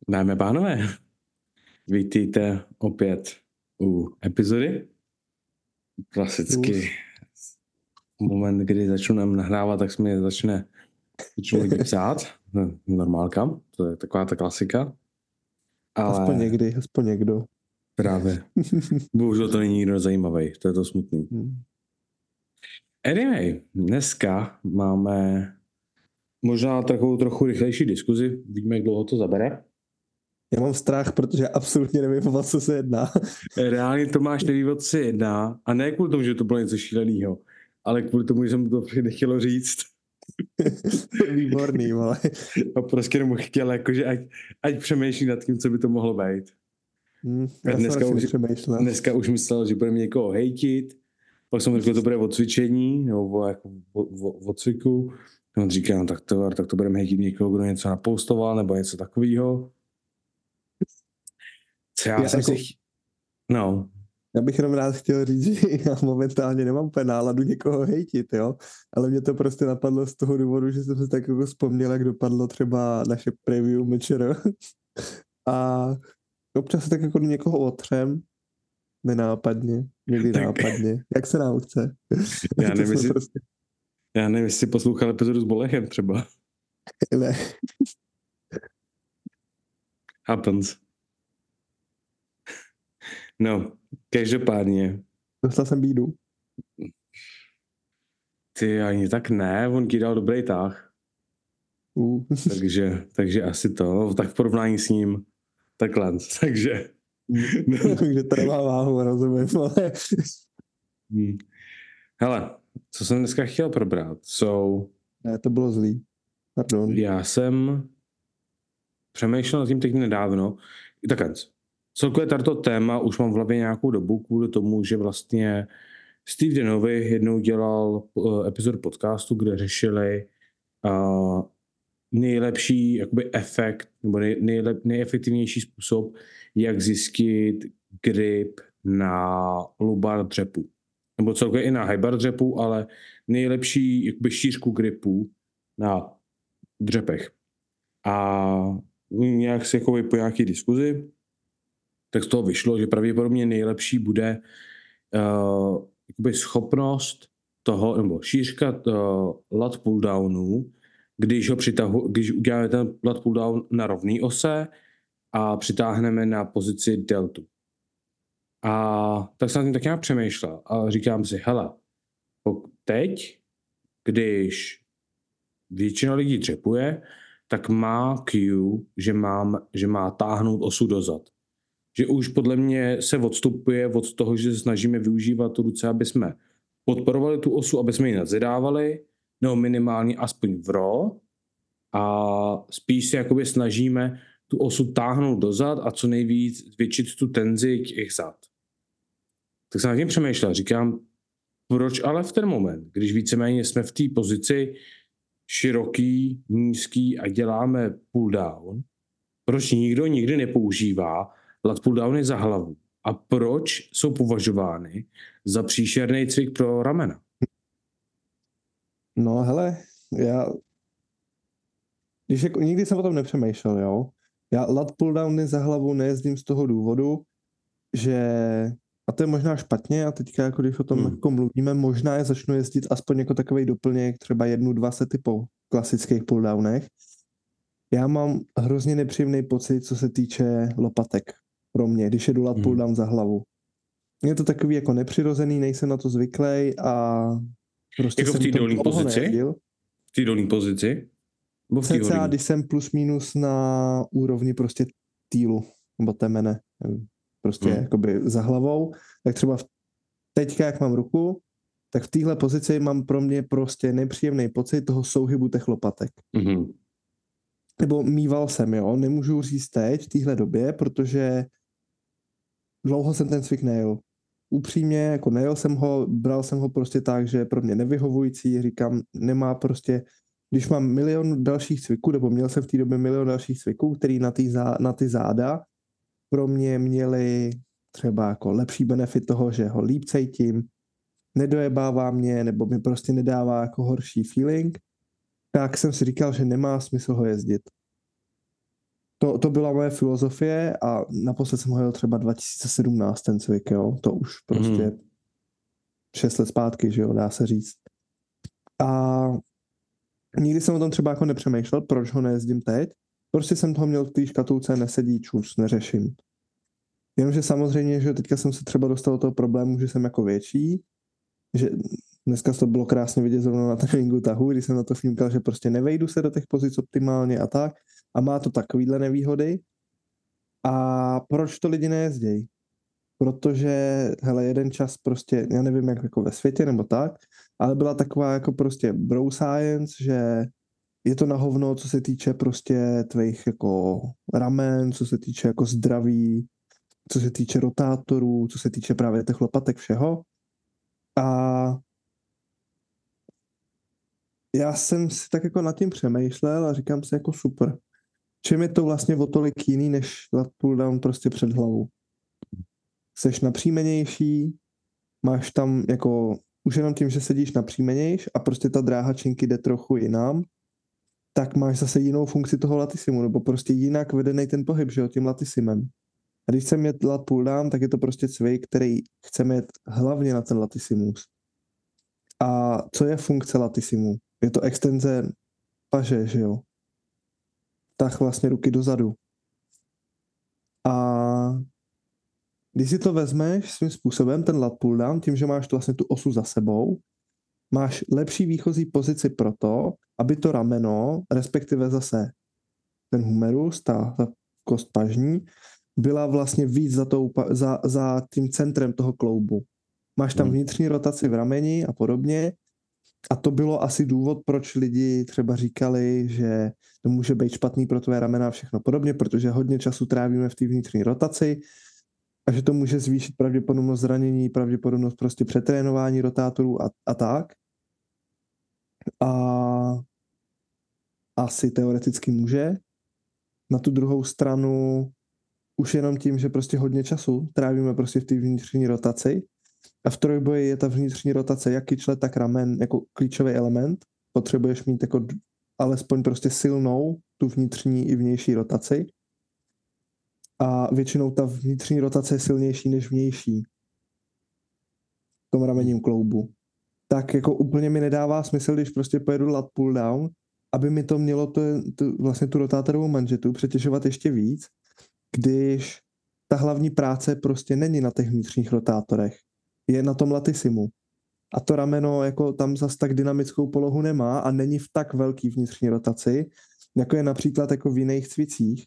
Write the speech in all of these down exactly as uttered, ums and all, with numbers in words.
Dámy a pánové, vítejte opět u epizody. Klasicky moment, kdy začnu nám nahrávat, tak se mi začne začnou lidi psát. Normálka, to je taková ta klasika. Ale aspoň někdy, aspoň někdo. Právě. Bohužel to není nikdo zajímavý, to je to smutný. Hmm. Anyway, dneska máme možná takovou trochu rychlejší diskuzi. Vidíme, jak dlouho to zabere. Já mám strach, protože absolutně nevím, o co se jedná. Reálně Tomáš neví, o co se jedná. A ne kvůli tomu, že to bylo něco šílenýho, ale kvůli tomu, že jsem to nechtěl říct. Výborný, ale. A prostě jenom chtěl, jakože ať, ať přemýšlí nad tím, co by to mohlo být. Hmm, A já dneska jsem už, dneska už myslel, že budeme někoho hejtit, pak jsem řekl, že to bude o cvičení, nebo o, jako, o, o, o cviku. On říká, no, tak, to, tak to budeme hejtit někoho, kdo něco napostoval, nebo něco takového. Co já, já jsem jako, si... Ch... No. Já bych jenom rád chtěl říct, že já momentálně nemám úplně náladu někoho hejtit, jo, ale mě to prostě napadlo z toho důvodu, že jsem se tak jako vzpomněl, jak dopadlo třeba naše preview mečer. A občas se tak jako někoho otřem, nenápadně, někdy tak. Nápadně, jak se nám chce. Já nevím, jestli, prostě... já nevím, jestli poslouchal epizodu s Bolechem třeba. Ne. Happens. No, každopádně. Dostal jsem bídu. Ty ani tak ne, on ti dal dobrý tah. Uh. takže, takže asi to, tak v porovnání s ním takhle, takže. Takže to nemá váhu, rozumím, ale... Hmm. Hele, co jsem dneska chtěl probrat, jsou... Ne, to bylo zlý. Pardon. Já jsem přemýšlel nad tím teď nedávno. Takhle, celkově tato téma už mám v hlavě nějakou dobu kvůli tomu, že vlastně Steve Denovi jednou dělal uh, epizod podcastu, kde řešili uh, nejlepší jakoby efekt nebo nej, nejlep, nejefektivnější způsob, jak zjistit grip na low bar dřepu. Nebo celkově i na high bar dřepu, ale nejlepší jakoby šířku gripu na dřepech. A nějak se jakoby po nějaké diskuzi, tak z toho vyšlo, že pravděpodobně nejlepší bude uh, jakoby schopnost toho, nebo šířka uh, lat pulldownů, když ho přitahu, když uděláme ten lat pulldown na rovný ose a přitáhneme na pozici deltu. A tak jsem na tím tak nějak přemýšlel a říkám si, hele, teď, když většina lidí dřepuje, tak má Q, že, mám, že má táhnout osu dozad. Že už podle mě se odstupuje od toho, že se snažíme využívat tu ruce, aby jsme podporovali tu osu, aby jsme ji nadzedávali, nebo minimálně aspoň v raw, a spíš se jakoby snažíme tu osu táhnout dozad a co nejvíc zvětšit tu tenzi k jejich zad. Tak jsem nad tím přemýšlel, říkám, proč ale v ten moment, když víceméně jsme v té pozici široký, nízký a děláme pull down, proč nikdo nikdy nepoužívá lat pull downy za hlavu a proč jsou považovány za příšerný cvik pro ramena? No hele, já když jako, nikdy jsem o tom nepřemýšlel, jo. Já lat pull downy za hlavu nejezdím z toho důvodu, že, a to je možná špatně, a teďka jako když o tom hmm. jako mluvíme, možná je začnu jezdit aspoň jako takovej doplněk, třeba jednu, dva sety po klasických pull downech. Já mám hrozně nepříjemný pocit, co se týče lopatek pro mě, když jedu lat hmm. pull down za hlavu. Je to takový jako nepřirozený, nejsem na to zvyklý a prostě jako v té dolní pozici? V té dolní pozici? Cca, když jsem plus minus na úrovni prostě týlu, nebo temene, prostě hmm. jakoby za hlavou, tak třeba v, teďka, jak mám ruku, tak v téhle pozici mám pro mě prostě nepříjemný pocit toho souhybu těch lopatek. Hmm. Nebo mýval jsem, jo, nemůžu říct teď v téhle době, protože dlouho jsem ten cvik nejel. Upřímně, jako nejel jsem ho, bral jsem ho prostě tak, že pro mě nevyhovující, říkám, nemá prostě. Když mám milion dalších cviků, nebo měl jsem v té době milion dalších cviků, který na ty, zá, na ty záda pro mě měli třeba jako lepší benefit toho, že ho líp cítím, nedojebává mě, nebo mi prostě nedává jako horší feeling, tak jsem si říkal, že nemá smysl ho jezdit. To, to byla moje filozofie a naposled jsem ho jel třeba dva tisíce sedmnáct ten cvik, jo. To už prostě mm. šest let zpátky, že jo, dá se říct. A nikdy jsem o tom třeba jako nepřemýšlel, proč ho nejezdím teď. Prostě jsem toho měl v té škatulce, nesedí, čus, neřeším. Jenomže samozřejmě, že teďka jsem se třeba dostal do toho problému, že jsem jako větší, že dneska to bylo krásně vidět zrovna na tréninku tahu, když jsem na to fňukal, že prostě nevejdu se do těch pozic optimálně a tak. A má to takovýhle nevýhody. A proč to lidi nejezdějí? Protože, hele, jeden čas prostě, já nevím, jak jako ve světě nebo tak, ale byla taková jako prostě bro science, že je to na hovno, co se týče prostě tvých jako ramen, co se týče jako zdraví, co se týče rotátorů, co se týče právě těch lopatek, všeho. A já jsem si tak jako nad tím přemýšlel a říkám si jako super. Čím je to vlastně o tolik jiný, než lat pull down prostě před hlavu? Seš napřímenější, máš tam jako, už jenom tím, že sedíš napřímenějš a prostě ta dráha činky jde trochu jinam, tak máš zase jinou funkci toho latisimu, nebo prostě jinak vedený ten pohyb, že jo, tím latisimem. A když chceme jet lat pull down, tak je to prostě cvik, který chceme jet hlavně na ten latisimus. A co je funkce latisimu? Je to extenze paže, že jo? Tah vlastně ruky dozadu. A když si to vezmeš svým způsobem, ten lat pull down, tím, že máš tu vlastně tu osu za sebou, máš lepší výchozí pozici pro to, aby to rameno, respektive zase ten humerus, ta, ta kost pažní, byla vlastně víc za, tou, za, za tím centrem toho kloubu. Máš tam vnitřní rotaci v rameni a podobně. A to bylo asi důvod, proč lidi třeba říkali, že to může být špatný pro tvoje ramena a všechno podobně, protože hodně času trávíme v té vnitřní rotaci a že to může zvýšit pravděpodobnost zranění, pravděpodobnost prostě přetrénování rotátorů a, a tak. A asi teoreticky může. Na tu druhou stranu už jenom tím, že prostě hodně času trávíme prostě v té vnitřní rotaci a v trojboji je ta vnitřní rotace jak kyčle, tak ramen jako klíčový element. Potřebuješ mít jako alespoň prostě silnou tu vnitřní i vnější rotaci a většinou ta vnitřní rotace je silnější než vnější v tom ramenním kloubu. Tak jako úplně mi nedává smysl, když prostě pojedu lat pull down, aby mi to mělo to, to, vlastně tu rotátorovou manžetu přetěžovat ještě víc, když ta hlavní práce prostě není na těch vnitřních rotátorech. Je na tom latisimu. A to rameno jako tam zas tak dynamickou polohu nemá a není v tak velký vnitřní rotaci, jako je například jako v jiných cvicích.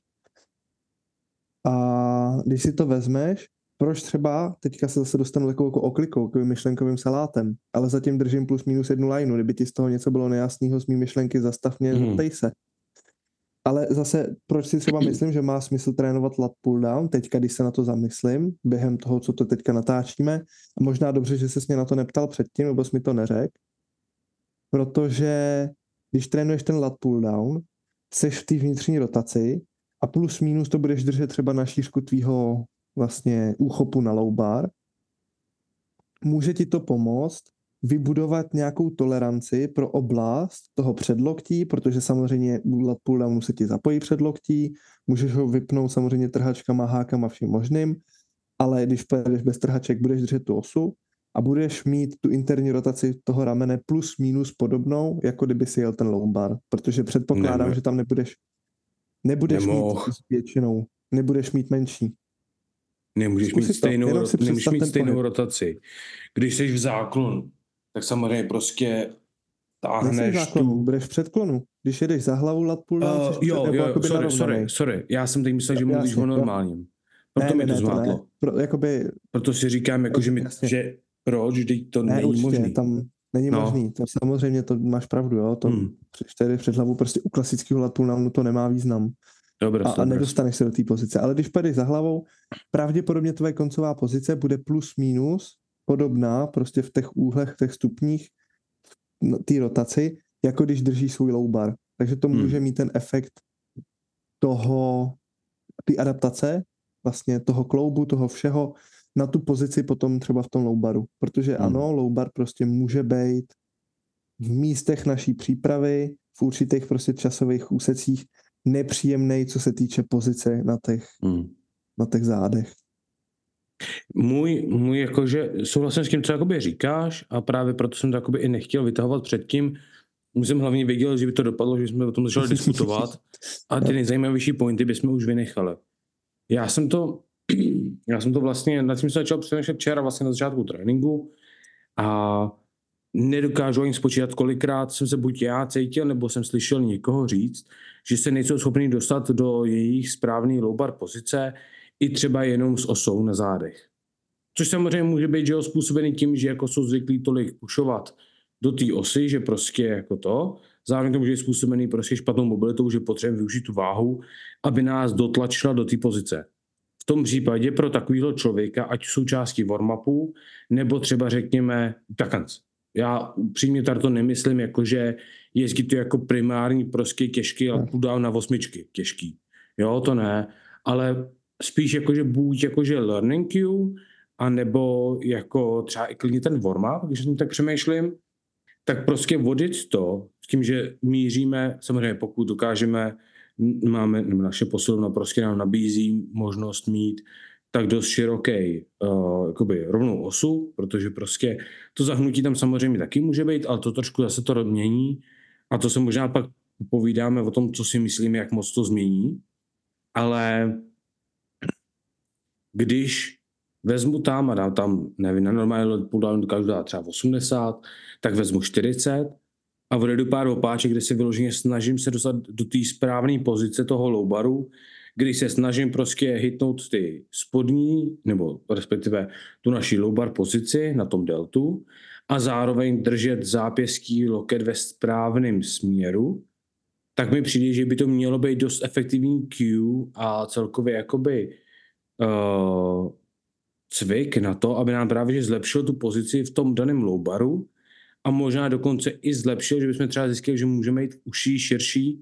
A když si to vezmeš, proč třeba, teďka se zase dostanu takovou jako oklikou, takovým myšlenkovým salátem, ale zatím držím plus minus jednu lineu, kdyby ti z toho něco bylo nejasného z mý myšlenky, zastav mě, mm. zeptej se. Ale zase, proč si třeba myslím, že má smysl trénovat lat pull down, teďka, když se na to zamyslím, během toho, co to teďka natáčíme, a možná dobře, že ses mě na to neptal předtím, nebo jsi mi to neřekl, protože když trénuješ ten lat pull down, seš v té vnitřní rotaci a plus minus to budeš držet třeba na šířku tvýho vlastně úchopu na low bar, může ti to pomoct vybudovat nějakou toleranci pro oblast toho předloktí, protože samozřejmě lat pull downu se ti zapojí předloktí, můžeš ho vypnout samozřejmě trhačkama, hákama, vším možným, ale když pojedeš bez trhaček, budeš držet tu osu a budeš mít tu interní rotaci toho ramene plus minus podobnou, jako kdyby si jel ten low bar, protože předpokládám, ne, že tam nebudeš nebudeš Nemoh. mít většinou, nebudeš mít menší. Nemůžeš Zkusit mít stejnou, ro- nemůžeš mít stejnou rotaci. Když jsi v záklonu, tak samozřejmě prostě táhneš tu... Budeš v předklonu. Když jedeš za hlavu lat pull down, uh, jo, před, jo, jo, sorry, sorry, sorry. Já jsem teď myslel, že mluvíš jasně, o normálním. Proto ne, mi to ne, zmátlo. To Pro, jakoby, Proto si říkám, jako, že, mi, že proč, že to ne, není určitě, možný. Tam není no. možný. To samozřejmě to máš pravdu, jo. To, hmm. Když tady před hlavu prostě u klasického lat pull downu to nemá význam. Dobře, a, a nedostaneš se do té pozice. Ale když půjdeš za hlavou, pravděpodobně tvoje koncová pozice bude plus minus podobná prostě v těch úhlech, v těch stupních té rotaci, jako když držíš svůj low bar. Takže to může hmm. mít ten efekt toho, ty adaptace, vlastně toho kloubu, toho všeho na tu pozici potom třeba v tom low baru. Protože hmm. ano, low bar prostě může být v místech naší přípravy, v určitých prostě časových úsecích nepříjemnej, co se týče pozice na těch, Hmm. na těch zádech. Můj, můj jakože souhlasím s tím, co jakoby říkáš a právě proto jsem to jakoby i nechtěl vytahovat předtím. Už jsem hlavně věděl, že by to dopadlo, že jsme o tom začali diskutovat a ty nejzajímavější pointy bychom už vynechali. Já jsem to, já jsem to vlastně, nad tím jsem začal přemýšlet včera vlastně na začátku tréninku a nedokážu ani spočítat, kolikrát jsem se buď já cítil, nebo jsem slyšel někoho říct, že se nejsou schopni dostat do jejich správný low bar pozice i třeba jenom s osou na zádech. Což samozřejmě může být, že je způsobený tím, že jako jsou zvyklí tolik pušovat do té osy, že prostě jako to. Zároveň to může být způsobený prostě špatnou mobilitou, že potřebujeme využít tu váhu, aby nás dotlačila do té pozice. V tom případě pro takovýhle člověka, ať v součástí warm-upu, nebo třeba řekněme takanc. Já upřímně tady to nemyslím, jakože jezdí to jako primární prostě těžký a půl na osmičky těžký. Jo, to ne, ale spíš jakože buď jakože learning cue, a nebo jako třeba i klidně ten warm-up, když jsem tak přemýšlím, tak prostě vodit to s tím, že míříme, samozřejmě pokud dokážeme, máme, nebo naše posilovna prostě nám nabízí možnost mít tak dost široký uh, jakoby rovnou osu, protože prostě to zahnutí tam samozřejmě taky může být, ale to trošku zase to mění a to se možná pak povídáme o tom, co si myslíme, jak moc to změní, ale když vezmu tam a dám tam, nevím, na normální pulldown dokážu dát třeba osmdesát, tak vezmu čtyřicet a odjedu pár opáček, kde se vyloženě snažím se dostat do té správné pozice toho low baru, kdy se snažím prostě hitnout ty spodní, nebo respektive tu naši low bar pozici na tom deltu a zároveň držet zápěstí loket ve správném směru, tak mi přijde, že by to mělo být dost efektivní cue a celkově jakoby uh, cvik na to, aby nám právě že zlepšil tu pozici v tom daném low baru a možná dokonce i zlepšil, že bychom třeba zjistili, že můžeme jít uší, širší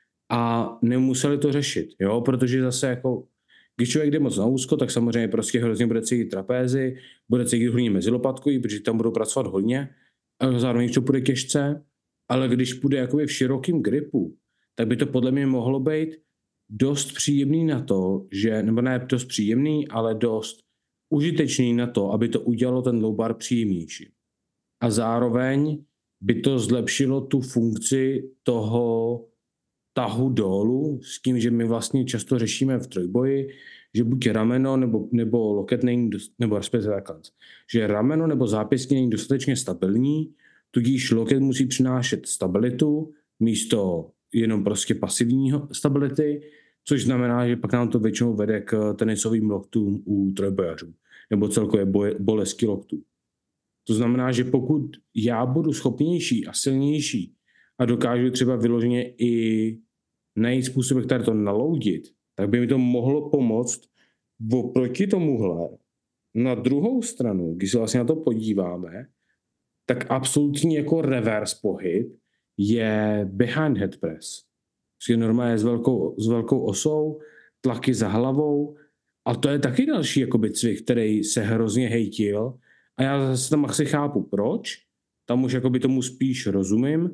a nemuseli to řešit, jo, protože zase jako, když člověk jde moc na úzko, tak samozřejmě prostě hrozně bude cítit trapézy, bude cítit hodně mezi lopatkou, protože tam budou pracovat hodně, a zároveň to půjde těžce, ale když půjde jakoby v širokým gripu, tak by to podle mě mohlo být dost příjemný na to, že, nebo ne dost příjemný, ale dost užitečný na to, aby to udělalo ten low bar příjemnější. A zároveň by to zlepšilo tu funkci toho tahu dolů s tím, že my vlastně často řešíme v trojboji, že buď rameno nebo, nebo loket není, dost, nebo respektive že rameno nebo zápěstí není dostatečně stabilní, tudíž loket musí přinášet stabilitu místo jenom prostě pasivního stability, což znamená, že pak nám to většinou vede k tenisovým loktům u trojbojařů nebo celkově boje, bolesti loktů. To znamená, že pokud já budu schopnější a silnější a dokážu třeba vyloženě i najít způsob, jak tady to naloudit, tak by mi to mohlo pomoct oproti tomuhle. Na druhou stranu, když se vlastně na to podíváme, tak absolutní jako reverse pohyb je behind head press. Je normálně s velkou, s velkou osou, tlaky za hlavou a to je taky další jakoby cvik, který se hrozně hejtil a já zase tam asi chápu proč, tam už jakoby tomu spíš rozumím,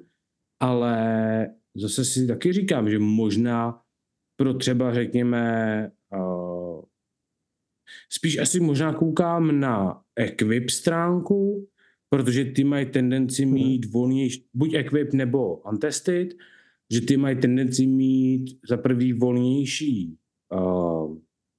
ale zase si taky říkám, že možná pro třeba řekněme uh, spíš asi možná koukám na equip stránku, protože ty mají tendenci mít volnější, buď equip nebo untested, že ty mají tendenci mít za prvý volnější uh,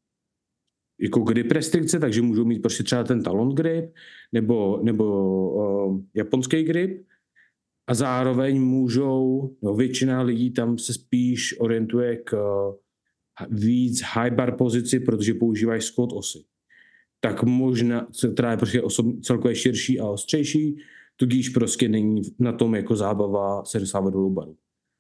jako grip restrikce, takže můžou mít prostě třeba ten talon grip nebo, nebo uh, japonský grip a zároveň můžou, no většina lidí tam se spíš orientuje k uh, víc high bar pozici, protože používají squat osy. Tak možná, která je prostě osob, celkově širší a ostřejší, tudíž prostě není na tom jako zábava se dostávat do low baru.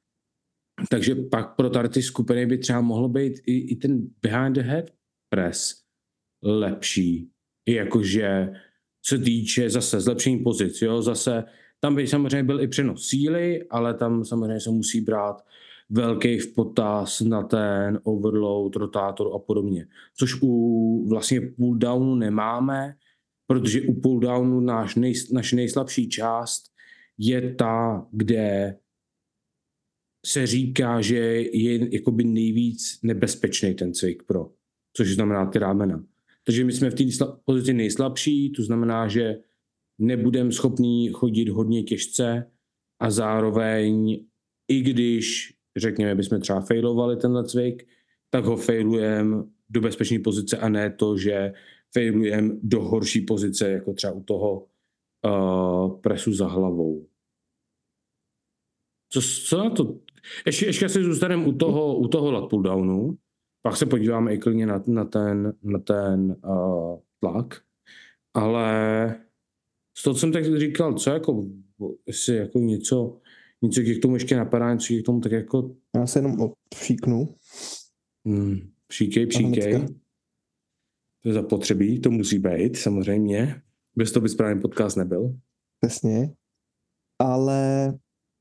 Takže pak pro tady ty skupiny by třeba mohlo být i, i ten behind the head press lepší. I jakože se týče zase zlepšení pozic, jo, zase tam by samozřejmě byl i přenos síly, ale tam samozřejmě se musí brát velký v potaz na ten overload, rotátor a podobně. Což u vlastně pull downu nemáme, protože u pull downu náš nej, naše nejslabší část je ta, kde se říká, že je jakoby nejvíc nebezpečný ten cvik pro, což znamená ty rámena. Takže my jsme v té pozici nejslabší, to znamená, že nebudeme schopní chodit hodně těžce a zároveň, i když, řekněme, bychom třeba failovali tenhle cvik, tak ho failujeme do bezpečné pozice a ne to, že failujeme do horší pozice, jako třeba u toho uh, presu za hlavou. Co, co na to? Ještě, ještě si zůstaneme u toho, u toho lat pulldownu, pak se podíváme i klidně na, na ten, na ten uh, tlak, ale z toho, co jsem tak říkal, co jako, jestli jako něco, něco k tomu ještě napadá, něco k tomu tak jako... Já se jenom odšíknu. Hmm, příkej, příkej. To je zapotřebí, to musí být, samozřejmě. Bez toho by správný podcast nebyl. Přesně. Ale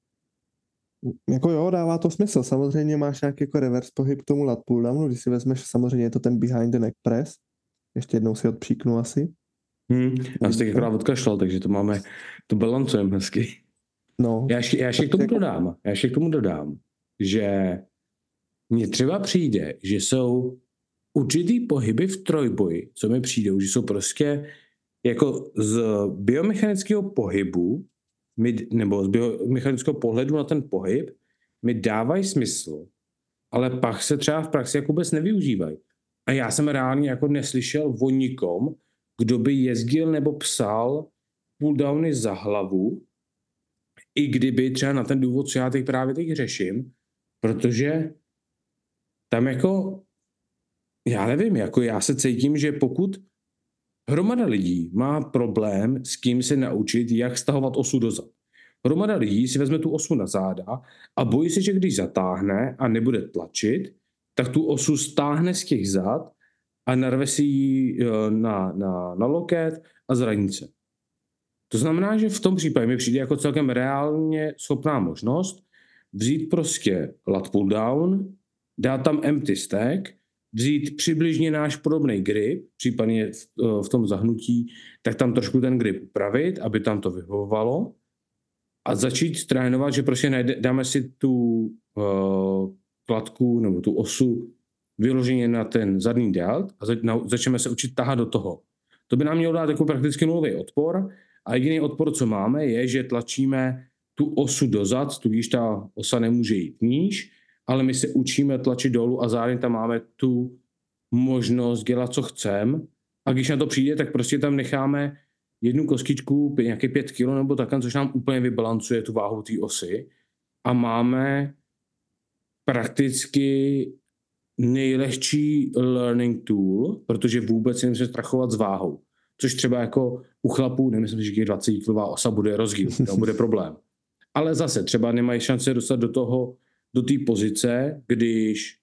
jako jo, dává to smysl. Samozřejmě máš nějaký jako reverse pohyb k tomu lat pulldownu, když si vezmeš, samozřejmě je to ten behind the neck press. Ještě jednou si odpříknu asi. Hmm, já jsem tak akorát odkašlal, takže to máme, to balancujeme hezky. No. Já ještě, já ještě k tomu dodám, já ještě k tomu dodám, že mně třeba přijde, že jsou určitý pohyby v trojboji, co mi přijdou, že jsou prostě jako z biomechanického pohybu, nebo z biomechanického pohledu na ten pohyb, mi dávají smysl, ale pak se třeba v praxi jako vůbec nevyužívají. A já jsem reálně jako neslyšel o nikom, kdo by jezdil nebo psal pulldowny za hlavu, i kdyby třeba na ten důvod, co já teď právě teď řeším, protože tam jako, já nevím, jako já se cítím, že pokud hromada lidí má problém s kým se naučit, jak stahovat osu dozad. Hromada lidí si vezme tu osu na záda a bojí se, že když zatáhne a nebude tlačit, tak tu osu stáhne z těch zad a narve si ji na, na, na loket a zraní se. To znamená, že v tom případě mi přijde jako celkem reálně schopná možnost vzít prostě lat pull down, dát tam empty stack, vzít přibližně náš podobný grip, případně v, v tom zahnutí, tak tam trošku ten grip upravit, aby tam to vyhovovalo a začít trénovat, že prostě najde, dáme si tu uh, kladku nebo tu osu vyloženě na ten zadní delt a zač, na, začneme se učit tahat do toho. To by nám mělo dát jako prakticky nulový odpor a jediný odpor, co máme, je, že tlačíme tu osu dozad, tudíž ta osa nemůže jít níž, ale my se učíme tlačit dolů a zároveň tam máme tu možnost dělat, co chceme. A když na to přijde, tak prostě tam necháme jednu kostičku, nějaké pět kilo nebo takhle, což nám úplně vybalancuje tu váhu té osy. A máme prakticky nejlehčí learning tool, protože vůbec si nemusíme strachovat s váhou. Což třeba jako u chlapů, nemyslím, že dvacet kilová osa bude rozdíl, to bude problém. Ale zase třeba nemají šance dostat do toho, do té pozice, když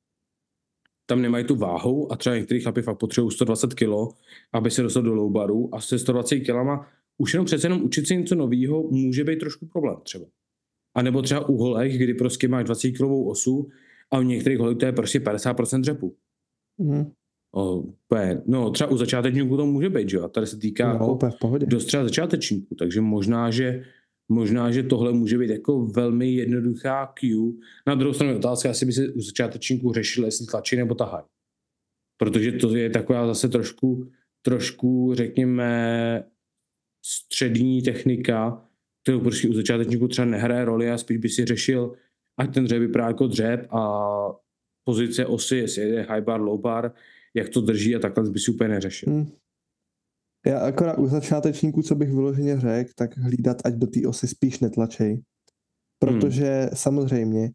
tam nemají tu váhu a třeba některý chlapi fakt potřebují sto dvacet kilo, aby se dostal do low baru a se sto dvacet kilama už jenom přece jenom učit si něco nového může být trošku problém třeba. A nebo třeba u holek, kdy prostě máš dvacet kilovou osu a u některých holek to je prostě padesát procent dřepu. Mm. O, no třeba u začátečníků to může být, že jo? A tady se týká no, jako dost třeba začátečníků, takže možná, že Možná, že tohle může být jako velmi jednoduchá Q. Na druhou stranu otázka, asi by se u začátečníků řešil, jestli tlačí nebo tahají. Protože to je taková zase trošku, trošku řekněme, střední technika, kterou prostě u začátečníků třeba nehraje roli a spíš by si řešil, ať ten dřep vypadá jako dřep a pozice osy, jestli je high bar, low bar, jak to drží a takhle by si úplně neřešil. Hmm. Já akorát u začátečníků, co bych vyloženě řekl, tak hlídat, ať do té osy spíš netlačej. Protože hmm. samozřejmě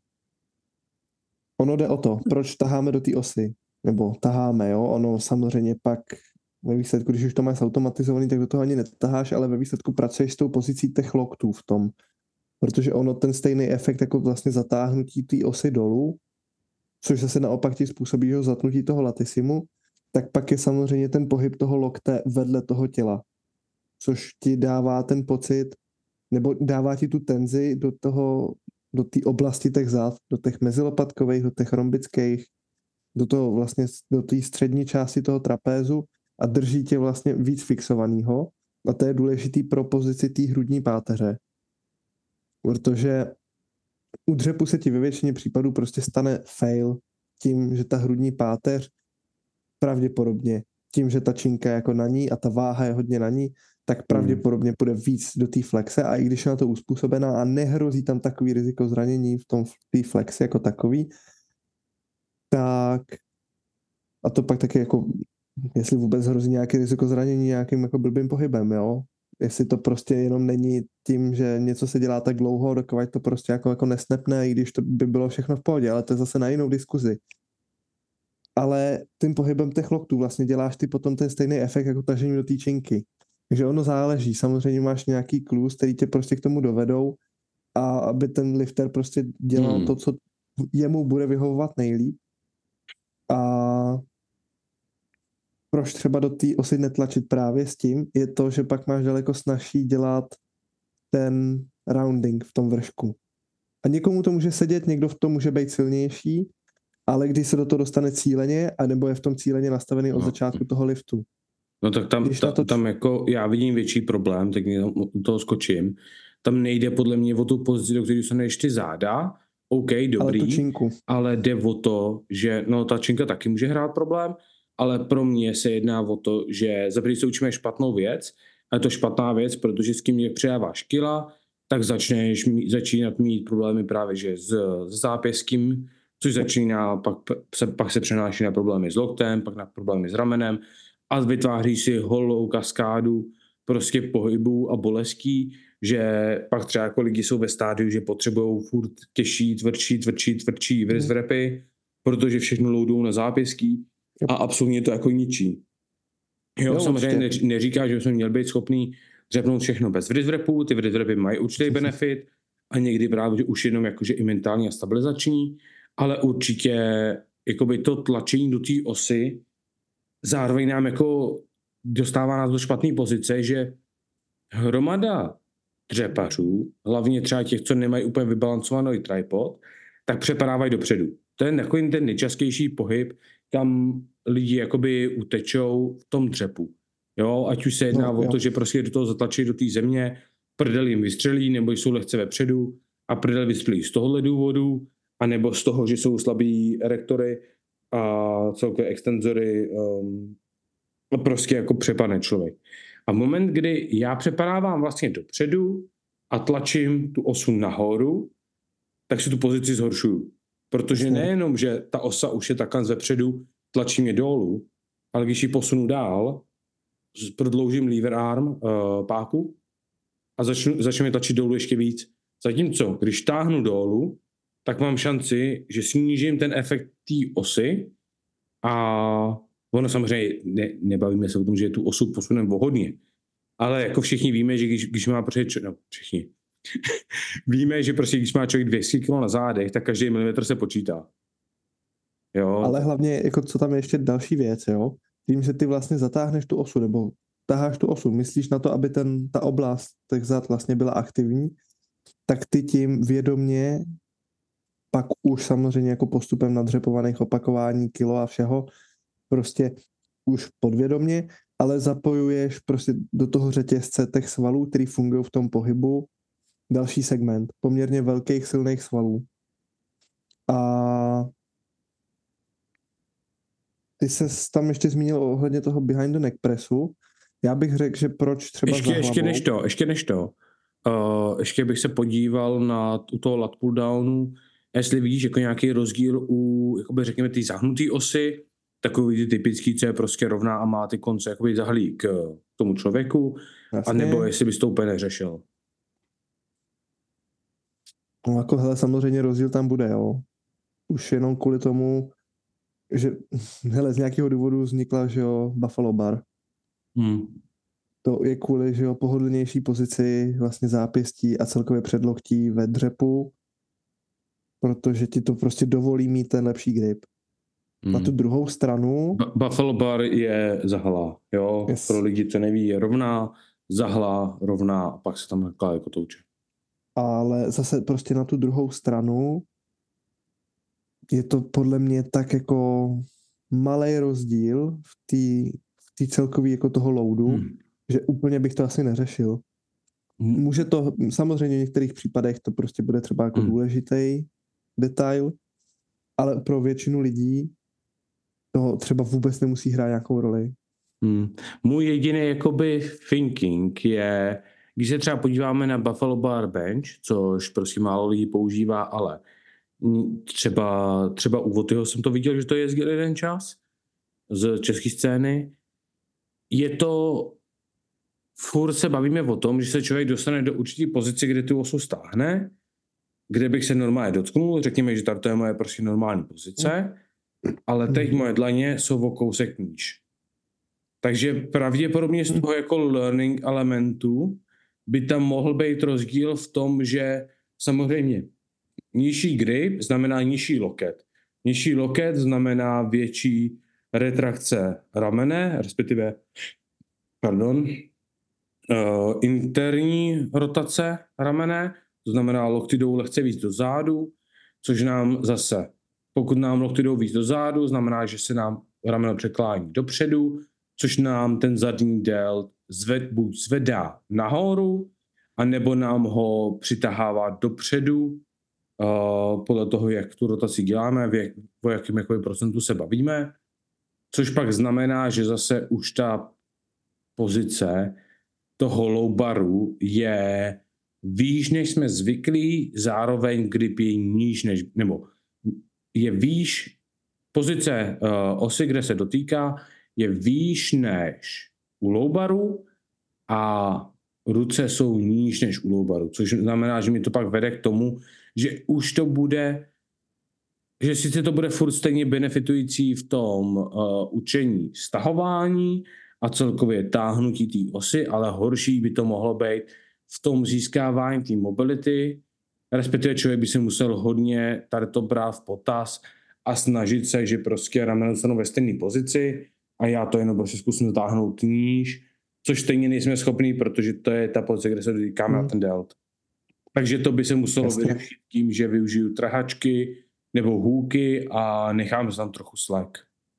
ono jde o to, proč taháme do té osy. Nebo taháme, jo, ono samozřejmě pak ve výsledku, když už to máš automatizovaný, tak do toho ani netaháš, ale ve výsledku pracuješ s tou pozicí těch loktů v tom. Protože ono ten stejný efekt jako vlastně zatáhnutí té osy dolů, což zase naopak ti způsobí, že ho zatnutí toho latisimu, tak pak je samozřejmě ten pohyb toho lokte vedle toho těla, což ti dává ten pocit, nebo dává ti tu tenzi do toho, do té oblasti těch zad, do těch mezilopatkových, do těch rombických, do toho vlastně, do té střední části toho trapézu a drží tě vlastně víc fixovanýho a to je důležitý pro pozici té hrudní páteře, protože u dřepu se ti ve většině případů prostě stane fail tím, že ta hrudní páteř pravděpodobně tím, že ta činka je jako na ní a ta váha je hodně na ní, tak pravděpodobně půjde víc do té flexe a i když je na to uspůsobená a nehrozí tam takový riziko zranění v tom v té flexi jako takový, tak a to pak taky jako, jestli vůbec hrozí nějaké riziko zranění nějakým jako blbým pohybem, jo? Jestli to prostě jenom není tím, že něco se dělá tak dlouho, dokud to prostě jako, jako nesnapne, i když to by bylo všechno v pohodě, ale to je zase na jinou diskuzi. Ale tím pohybem těch loktů vlastně děláš ty potom ten stejný efekt jako tažení do té činky. Takže ono záleží. Samozřejmě máš nějaký kluz, který tě prostě k tomu dovedou a aby ten lifter prostě dělal hmm. to, co jemu bude vyhovovat nejlíp. A proč třeba do té osy netlačit právě s tím, je to, že pak máš daleko snazší dělat ten rounding v tom vršku. A někomu to může sedět, někdo v tom může být silnější, ale když se do toho dostane cíleně, anebo je v tom cíleně nastavený od no. začátku toho liftu. No tak tam, ta, to... tam jako já vidím větší problém, tak u toho skočím. Tam nejde podle mě o tu pozici, do které dostaneš ty záda, OK, dobrý, ale, tu činku. Ale jde o to, že no ta činka taky může hrát problém, ale pro mě se jedná o to, že za první se učíme špatnou věc, a je to špatná věc, protože s tím, jak přidáváš kila, tak začneš mít, začínat mít problémy právě že s, s zápěstím, což začíná, pak se, pak se přenáší na problémy s loktem, pak na problémy s ramenem a vytváří si holou kaskádu prostě pohybů a bolestí, že pak třeba jako lidi jsou ve stádiu, že potřebují furt těžší, tvrdší, tvrdší, tvrdší wrist repy, protože všechno loadou na zápěstí a absolutně to jako ničí. Jo, jo samozřejmě ne, neříká, že bychom měli být schopný dřepnout všechno bez wrist repů, ty wrist repy mají určitý benefit a někdy právě už jenom jakože i mentální a stabilizační, ale určitě jakoby to tlačení do té osy zároveň nám jako dostává nás do špatné pozice, že hromada dřepařů, hlavně třeba těch, co nemají úplně vybalancovaný tripod, tak přepadávají dopředu. To je takový ten nejčastější pohyb, kam lidi jakoby utečou v tom dřepu. Jo, ať už se jedná no, o jo. to, že prostě do toho zatlačí do té země, prdel jim vystřelí, nebo jsou lehce vepředu a prdel vystřelí z tohohle důvodu, anebo z toho, že jsou slabý erektory a celkově extenzory um, prostě jako přepadne člověk. A v moment, kdy já přepadávám vlastně dopředu a tlačím tu osu nahoru, tak si tu pozici zhoršuju. Protože nejenom, že ta osa už je takhle zepředu, tlačí mě dolů, ale když ji posunu dál, prodloužím lever arm uh, páku a začnu, začnu mě tlačit dolů ještě víc. Zatímco, když táhnu dolů, tak mám šanci, že snížím ten efekt té osy a ono samozřejmě, ne, nebavíme se o tom, že tu osu posuneme o hodně, ale jako všichni víme, že když, když má prostě, no všichni, víme, že prostě když má člověk dvě stě kilogramů na zádech, tak každý milimetr se počítá. Jo. Ale hlavně, jako co tam je ještě další věc, jo? Tím, že ty vlastně zatáhneš tu osu, nebo taháš tu osu, myslíš na to, aby ten, ta oblast těch zad vlastně byla aktivní, tak ty tím vědomě pak už samozřejmě jako postupem nadřepovaných opakování, kilo a všeho, prostě už podvědomě, ale zapojuješ prostě do toho řetězce těch svalů, který fungují v tom pohybu, další segment, poměrně velkých silných svalů. A ty ses tam ještě zmínil ohledně toho behind the neck pressu. Já bych řekl, že proč třeba ještě, za hlavou... Ještě než to, ještě než to. Uh, ještě bych se podíval na u toho lat pull downu, jestli vidíš jako nějaký rozdíl u, jakoby řekněme, ty zahnutý osy, takový ty typický, co je prostě rovná a má ty konce jakoby zahlí k tomu člověku, a nebo jestli bys to úplně neřešil. No jako hele, samozřejmě rozdíl tam bude, jo. Už jenom kvůli tomu, že hele, z nějakého důvodu vznikla, že jo, Buffalo Bar. Hmm. To je kvůli, že jo, pohodlnější pozici vlastně zápěstí a celkově předloktí ve dřepu, protože ti to prostě dovolí mít ten lepší grip. Hmm. Na tu druhou stranu... B- Buffalo Bar je zahlá, jo, yes. Pro lidi, co neví, je rovná, zahlá, rovná a pak se tam nakládá jako touče. Ale zase prostě na tu druhou stranu je to podle mě tak jako malej rozdíl v té v té celkový jako toho loadu, hmm. že úplně bych to asi neřešil. může to, samozřejmě v některých případech to prostě bude třeba jako hmm. důležitý detail, ale pro většinu lidí to třeba vůbec nemusí hrát nějakou roli. Hmm. Můj jediný jakoby thinking je, když se třeba podíváme na Buffalo Bar Bench, což prostě málo lidí používá, ale třeba, třeba u Votyho jsem to viděl, že to jezdil jeden čas z české scény. Je to, furt se bavíme o tom, že se člověk dostane do určitý pozice, kde tu osu stáhne, kde bych se normálně dotknul, řekněme, že to je moje prostě normální pozice, ale teď moje dlaně jsou o kousek níž. Takže pravděpodobně z toho jako learning elementu by tam mohl být rozdíl v tom, že samozřejmě nižší grip znamená nižší loket. Nižší loket znamená větší retrakce ramene, respektive pardon, uh, interní rotace ramene, to znamená lokty jdou lehce víc do zádu, což nám zase, pokud nám lokty jdou víc do zádu, znamená, že se nám rameno překlání dopředu, což nám ten zadní delt zved, buď zvedá nahoru, anebo nám ho přitahává dopředu, uh, podle toho, jak tu rotaci děláme, v jak, o jakém jakoby procentu se bavíme, což pak znamená, že zase už ta pozice toho low baru je výš, než jsme zvyklí, zároveň grip je níž, než, nebo je výš, pozice uh, osy, kde se dotýká, je výš než u low baru a ruce jsou níž než u low baru, což znamená, že mi to pak vede k tomu, že už to bude, že sice to bude furt stejně benefitující v tom uh, učení stahování a celkově táhnutí té osy, ale horší by to mohlo být v tom získávání té mobility, respektive člověk by si musel hodně tady to brát v potaz a snažit se, že prostě rameno jsou ve stejné pozici a já to jenom prostě zkusím zatáhnout níž, což stejně nejsme schopní, protože to je ta pozice, kde se dotýkáme hmm. na ten delt. Takže to by se muselo Jasně. vyřešit tím, že využiju trhačky nebo hůky a nechám se tam trochu slack.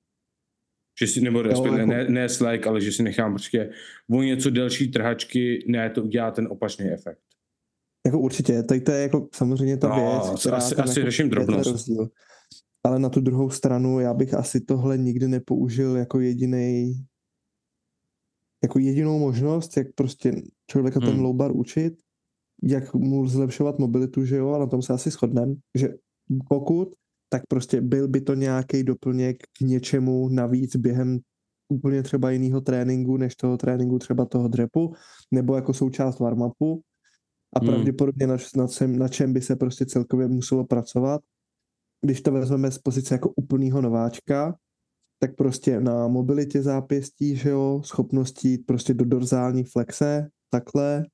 Že si, nebo respektive jako... ne, ne slack, ale že si nechám prostě o něco delší trhačky, ne, to udělá ten opačný efekt. Jako určitě, tady to je jako samozřejmě ta no, věc, která asi, tam asi jako řeším drobnost. Rozdíl. Ale na tu druhou stranu já bych asi tohle nikdy nepoužil jako jedinej jako jedinou možnost, jak prostě člověka ten hmm. low bar učit, jak mu zlepšovat mobilitu, že jo, a na tom se asi shodneme, že pokud, tak prostě byl by to nějaký doplněk k něčemu navíc během úplně třeba jiného tréninku, než toho tréninku třeba toho drepu, nebo jako součást warm-upu a hmm. pravděpodobně na, na, čem, na čem by se prostě celkově muselo pracovat. Když to vezmeme z pozice jako úplnýho nováčka, tak prostě na mobilitě zápěstí, že jo, schopností prostě do dorzální flexe, takhle,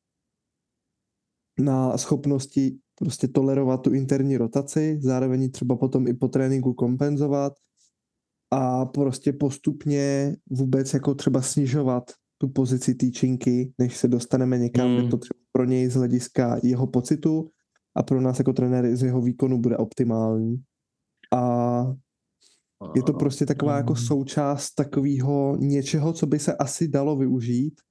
na schopnosti prostě tolerovat tu interní rotaci, zároveň třeba potom i po tréninku kompenzovat a prostě postupně vůbec jako třeba snižovat tu pozici té činky, než se dostaneme někam, mm. kde to třeba pro něj z hlediska jeho pocitu a pro nás jako trenéry z jeho výkonu bude optimální. A je to prostě taková jako součást takového něčeho, co by se asi dalo využít.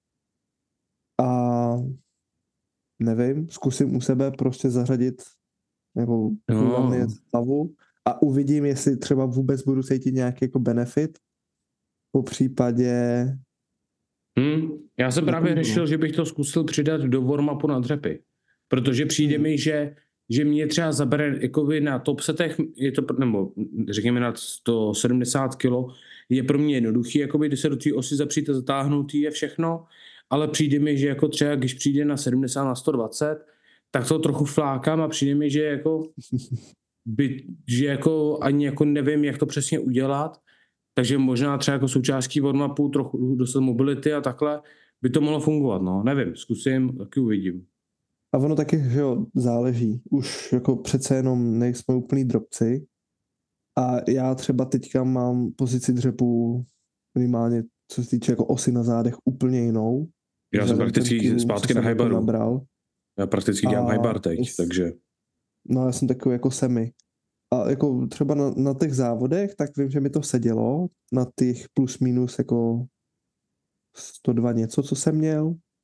A nevím, zkusím u sebe prostě zařadit nebo no. stavu a uvidím, jestli třeba vůbec budu cítit nějaký jako benefit. Po případě... Hmm, já jsem právě řešil, že bych to zkusil přidat do warm-upu na dřepy. Protože přijde hmm. mi, že že mě třeba zabere jakoby na top setech, je to, nebo řekněme na sto sedmdesát kilo, je pro mě jednoduchý, jakoby, když se do té osy zapřít a zatáhnout je všechno, ale přijde mi, že jako třeba, když přijde na sedmdesát na sto dvacet, tak to trochu flákám a přijde mi, že jako, by, že jako ani jako nevím, jak to přesně udělat, takže možná třeba jako součástí warm-upu trochu dostat mobility a takhle by to mohlo fungovat, no, nevím, zkusím, taky uvidím. A ono taky, že jo, záleží. Už jako přece jenom nejsme úplný drobci. A já třeba teďka mám pozici dřepu minimálně, co se týče jako osy na zádech, úplně jinou. Já jsem prakticky zpátky na high baru. Nabral. Já prakticky dělám high bar teď, jest, takže... No já jsem takový jako semi. A jako třeba na, na těch závodech, tak vím, že mi to sedělo. Na těch plus minus jako sto dva něco, co jsem měl.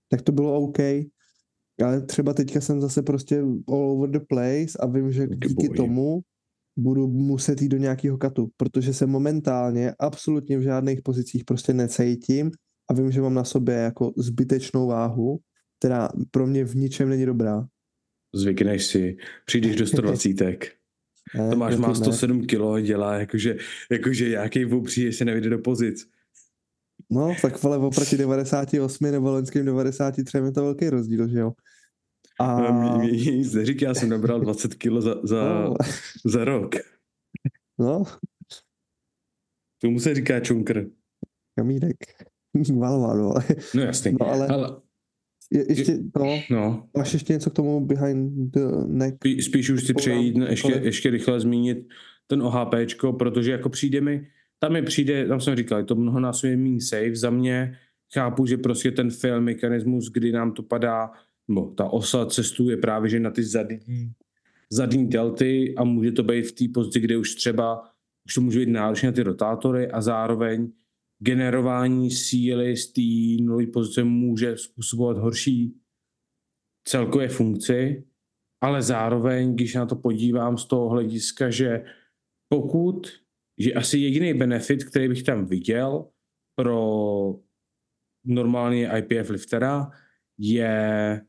tak to bylo OK. Ale třeba teďka jsem zase prostě all over the place a vím, že díky boj. tomu budu muset jít do nějakého katu, protože se momentálně absolutně v žádných pozicích prostě necítím a vím, že mám na sobě jako zbytečnou váhu, která pro mě v ničem není dobrá. Zvykneš si, přijdeš do sto dvacet. Ne, Tomáš má ne. sto sedm kilo a dělá jakože, jakože nějaký vopří, se nevejde do pozic. No, tak vole, oproti devadesát osm nebo loňským devadesát tři je to velký rozdíl, že jo? A... Mě nic neříká, já jsem nabral dvacet kilo za, za, no. za rok. No. Tomu se říká čunkr. Kamínek. Valval, No jasný. No ale... ale... Je, ještě, no, no. Máš ještě něco k tomu behind the neck? Spí, spíš už si přejít, no, ještě, ještě rychle zmínit ten OHPčko, protože jako přijde mi, tam mi přijde, tam jsem říkal, je to mnohonásobně méně safe za mě, chápu, že prostě ten fail mechanismus, kdy nám to padá, no, ta osa cestuje právě, že na ty zadní, zadní delty a může to být v té pozici, kde už třeba, už to může být náročné na ty rotátory a zároveň generování síly z té nové pozice může způsobovat horší celkové funkci, ale zároveň, když na to podívám z toho hlediska, že pokud, že asi jediný benefit, který bych tam viděl pro normální I P F liftera, je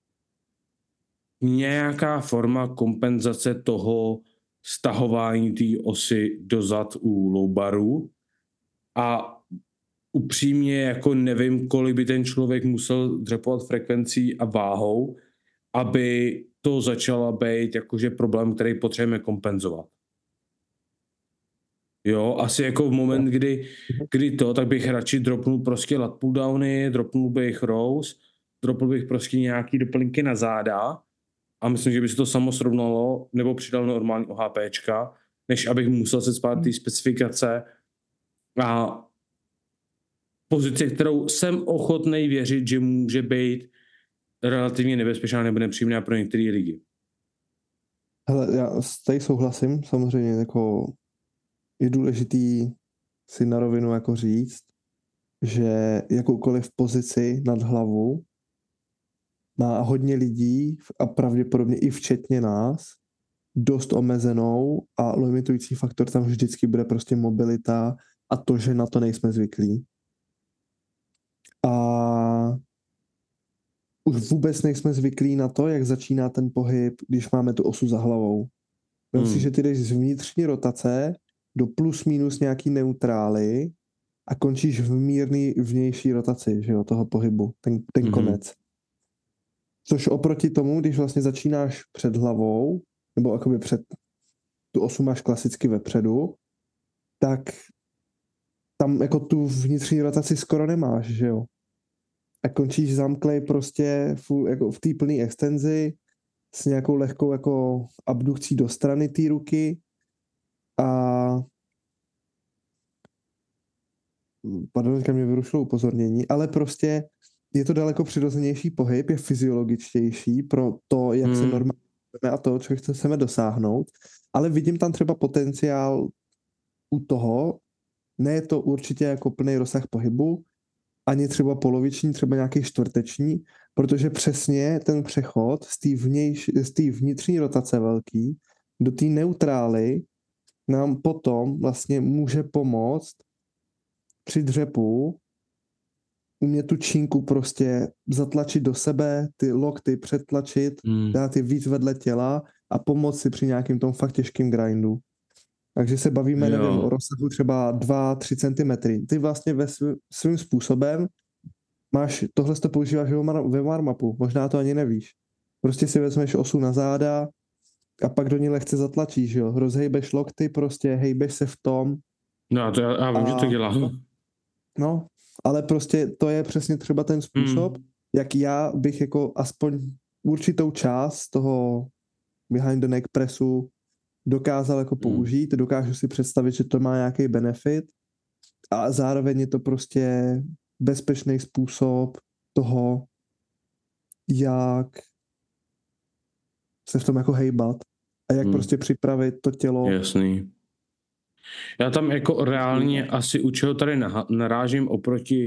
nějaká forma kompenzace toho stahování té osy dozad u low baru a upřímně jako nevím, kolik by ten člověk musel dřepovat frekvencí a váhou, aby to začala být jakože problém, který potřebujeme kompenzovat. Jo, asi jako v moment, kdy, kdy to, tak bych radši dropnul prostě lat pulldowny, dropnul bych rows, dropnul bych prostě nějaký doplňky na záda a myslím, že by se to samo srovnalo, nebo přidal normální OHPčka, než abych musel se spát ty specifikace a pozice, kterou jsem ochotnej věřit, že může být relativně nebezpečná nebo nepříjemná pro některé lidi. Hele, já tady souhlasím, samozřejmě jako je důležitý si na rovinu jako říct, že jakoukoliv pozici nad hlavu má hodně lidí a pravděpodobně i včetně nás dost omezenou a limitující faktor tam vždycky bude prostě mobilita a to, že na to nejsme zvyklí. A už vůbec nejsme zvyklí na to, jak začíná ten pohyb, když máme tu osu za hlavou. Vem hmm. si, že ty jdeš z vnitřní rotace do plus minus nějaký neutrály a končíš v mírný vnější rotaci, že jo, toho pohybu, ten, ten hmm. konec. Což oproti tomu, když vlastně začínáš před hlavou, nebo jakoby před, tu osu máš klasicky vepředu, tak tam jako tu vnitřní rotaci skoro nemáš, že jo. A končíš zamklej prostě v, jako v té plné extenzi s nějakou lehkou jako abdukcí do strany té ruky a pardon, teďka mě vyrušilo upozornění, ale prostě je to daleko přirozenější pohyb, je fyziologičtější pro to, jak hmm. se normálně a to, co chceme dosáhnout, ale vidím tam třeba potenciál u toho, ne je to určitě jako plný rozsah pohybu, ani třeba poloviční, třeba nějaký čtvrteční, protože přesně ten přechod z té vnějš, z té vnitřní rotace velký do té neutrály nám potom vlastně může pomoct při dřepu umět tu činku prostě zatlačit do sebe, ty lokty přetlačit, hmm. dát je víc vedle těla a pomoct si při nějakým tom fakt těžkým grindu. Takže se bavíme, jo. nevím, o rozsahu třeba dva tři centimetry. Ty vlastně ve svým, svým způsobem máš, tohle to používáš ve warm-upu, možná to ani nevíš. Prostě si vezmeš osu na záda a pak do ní lehce zatlačíš, jo. Rozhejbeš lokty, prostě hejbeš se v tom. No to já, já vím, a, že to dělám. No, ale prostě to je přesně třeba ten způsob, hmm. jak já bych jako aspoň určitou část toho behind the neck pressu dokázal jako použít, hmm. dokážu si představit, že to má nějaký benefit a zároveň je to prostě bezpečný způsob toho, jak se v tom jako hejbat a jak hmm. prostě připravit to tělo. Jasný. Já tam jako reálně asi u čeho tady narážím oproti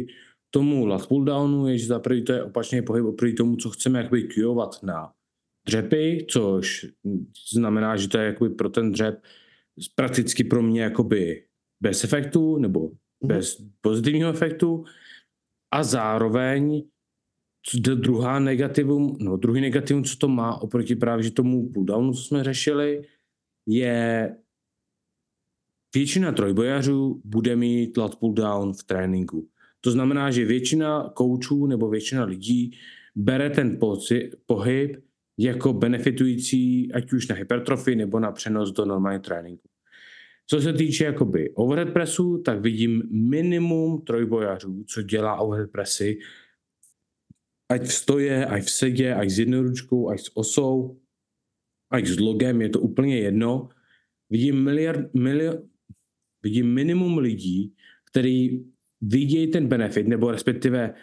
tomu lat pulldownu je, že za prvý to je opačný pohyb oproti tomu, co chceme jakoby cueovat na dřepy, což znamená, že to je jakoby pro ten dřep prakticky pro mě jakoby bez efektu nebo mm-hmm. bez pozitivního efektu a zároveň druhá negativum, no druhý negativum, co to má oproti právě že tomu pulldownu, co jsme řešili, je většina trojbojařů bude mít lat pulldown v tréninku. To znamená, že většina koučů nebo většina lidí bere ten poci, pohyb jako benefitující ať už na hypertrofii nebo na přenos do normální tréninku. Co se týče jakoby overhead pressu, tak vidím minimum trojbojařů, co dělá overhead pressy, ať v stoje, ať v sedě, ať s jednoručkou, ať s osou, ať s logem, je to úplně jedno. Vidím, miliard, miliard, vidím minimum lidí, který vidějí ten benefit, nebo respektive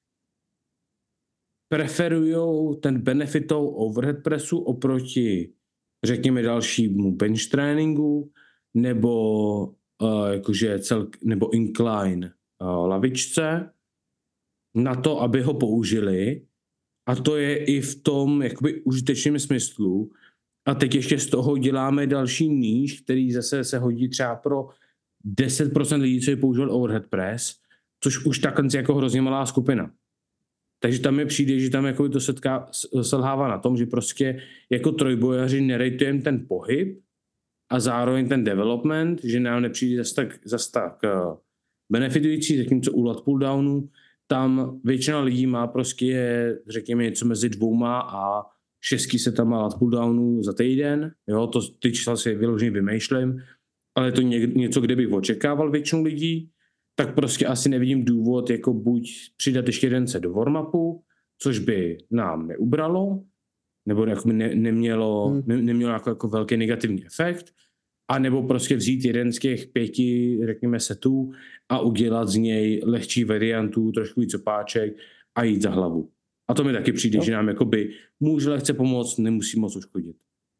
preferujou ten benefit toho overhead pressu oproti, řekněme, dalšímu bench tréninku, nebo uh, jakože cel, nebo incline uh, lavičce, na to, aby ho použili. A to je i v tom jakoby užitečném smyslu. A teď ještě z toho děláme další níž, který zase se hodí třeba pro deset procent lidí, co je používal overhead press, což už takhle jako hrozně malá skupina. Takže tam mi přijde, že tam jako to setká, selhává na tom, že prostě jako trojbojaři nerejtujeme ten pohyb a zároveň ten development, že nám nepřijde zase tak, zase tak uh, benefitující, zatímco u lat pulldownu tam většina lidí má prostě, řekněme, něco mezi dvouma a šestky se tam má lat pulldownu za týden, jo, to ty čísla si vyloženě vymýšlím, ale je to ně, něco, kde bych očekával většinu lidí, tak prostě asi nevidím důvod, jako buď přidat ještě jeden set do warm-upu, což by nám neubralo, nebo jako ne, nemělo, hmm. ne, nemělo jako, jako velký negativní efekt, a nebo prostě vzít jeden z těch pěti, řekněme, setů a udělat z něj lehčí variantu, trošku víc opáček a jít za hlavu. A to mi taky přijde, no. že nám jakoby může lehce pomoct, nemusí moc uškodit.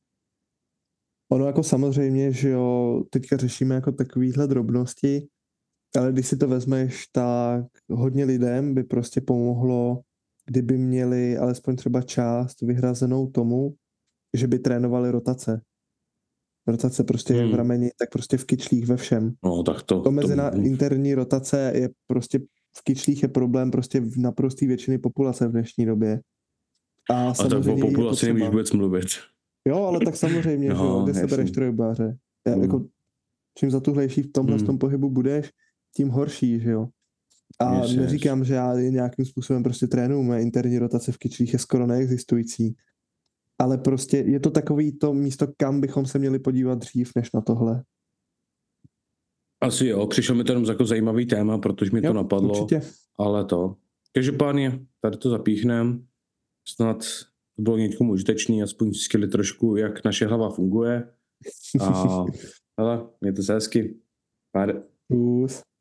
Ono jako samozřejmě, že jo, teďka řešíme jako takovýhle drobnosti, ale když si to vezmeš, tak hodně lidem by prostě pomohlo, kdyby měli alespoň třeba část vyhrazenou tomu, že by trénovali rotace. Rotace prostě hmm. jak v rameni, tak prostě v kyčlích, ve všem. No, tak to... to mezená to... interní rotace je prostě v kyčlích je problém prostě v naprostý většiny populace v dnešní době. A, a tak o populaci nemůžeš vůbec mluvit. Jo, ale tak samozřejmě, no, že jo, kde jasný. Se bereš trojbáře. Hmm. Jako, čím zatuhlejší v tomhle hmm. tom pohybu budeš, tím horší, že jo. A yes, neříkám, yes. že já nějakým způsobem prostě trénuju, moje interní rotace v kyčlích je skoro neexistující. Ale prostě je to takový to místo, kam bychom se měli podívat dřív, než na tohle. Asi jo, přišlo mi to jenom jako zajímavý téma, protože mi jo, to napadlo. Určitě. Ale to. Každopádně, tady to zapíchnem. Snad to bylo někomu užitečný, aspoň zjistili trošku, jak naše hlava funguje. A hele, mějte se hezky. Pár. Plus.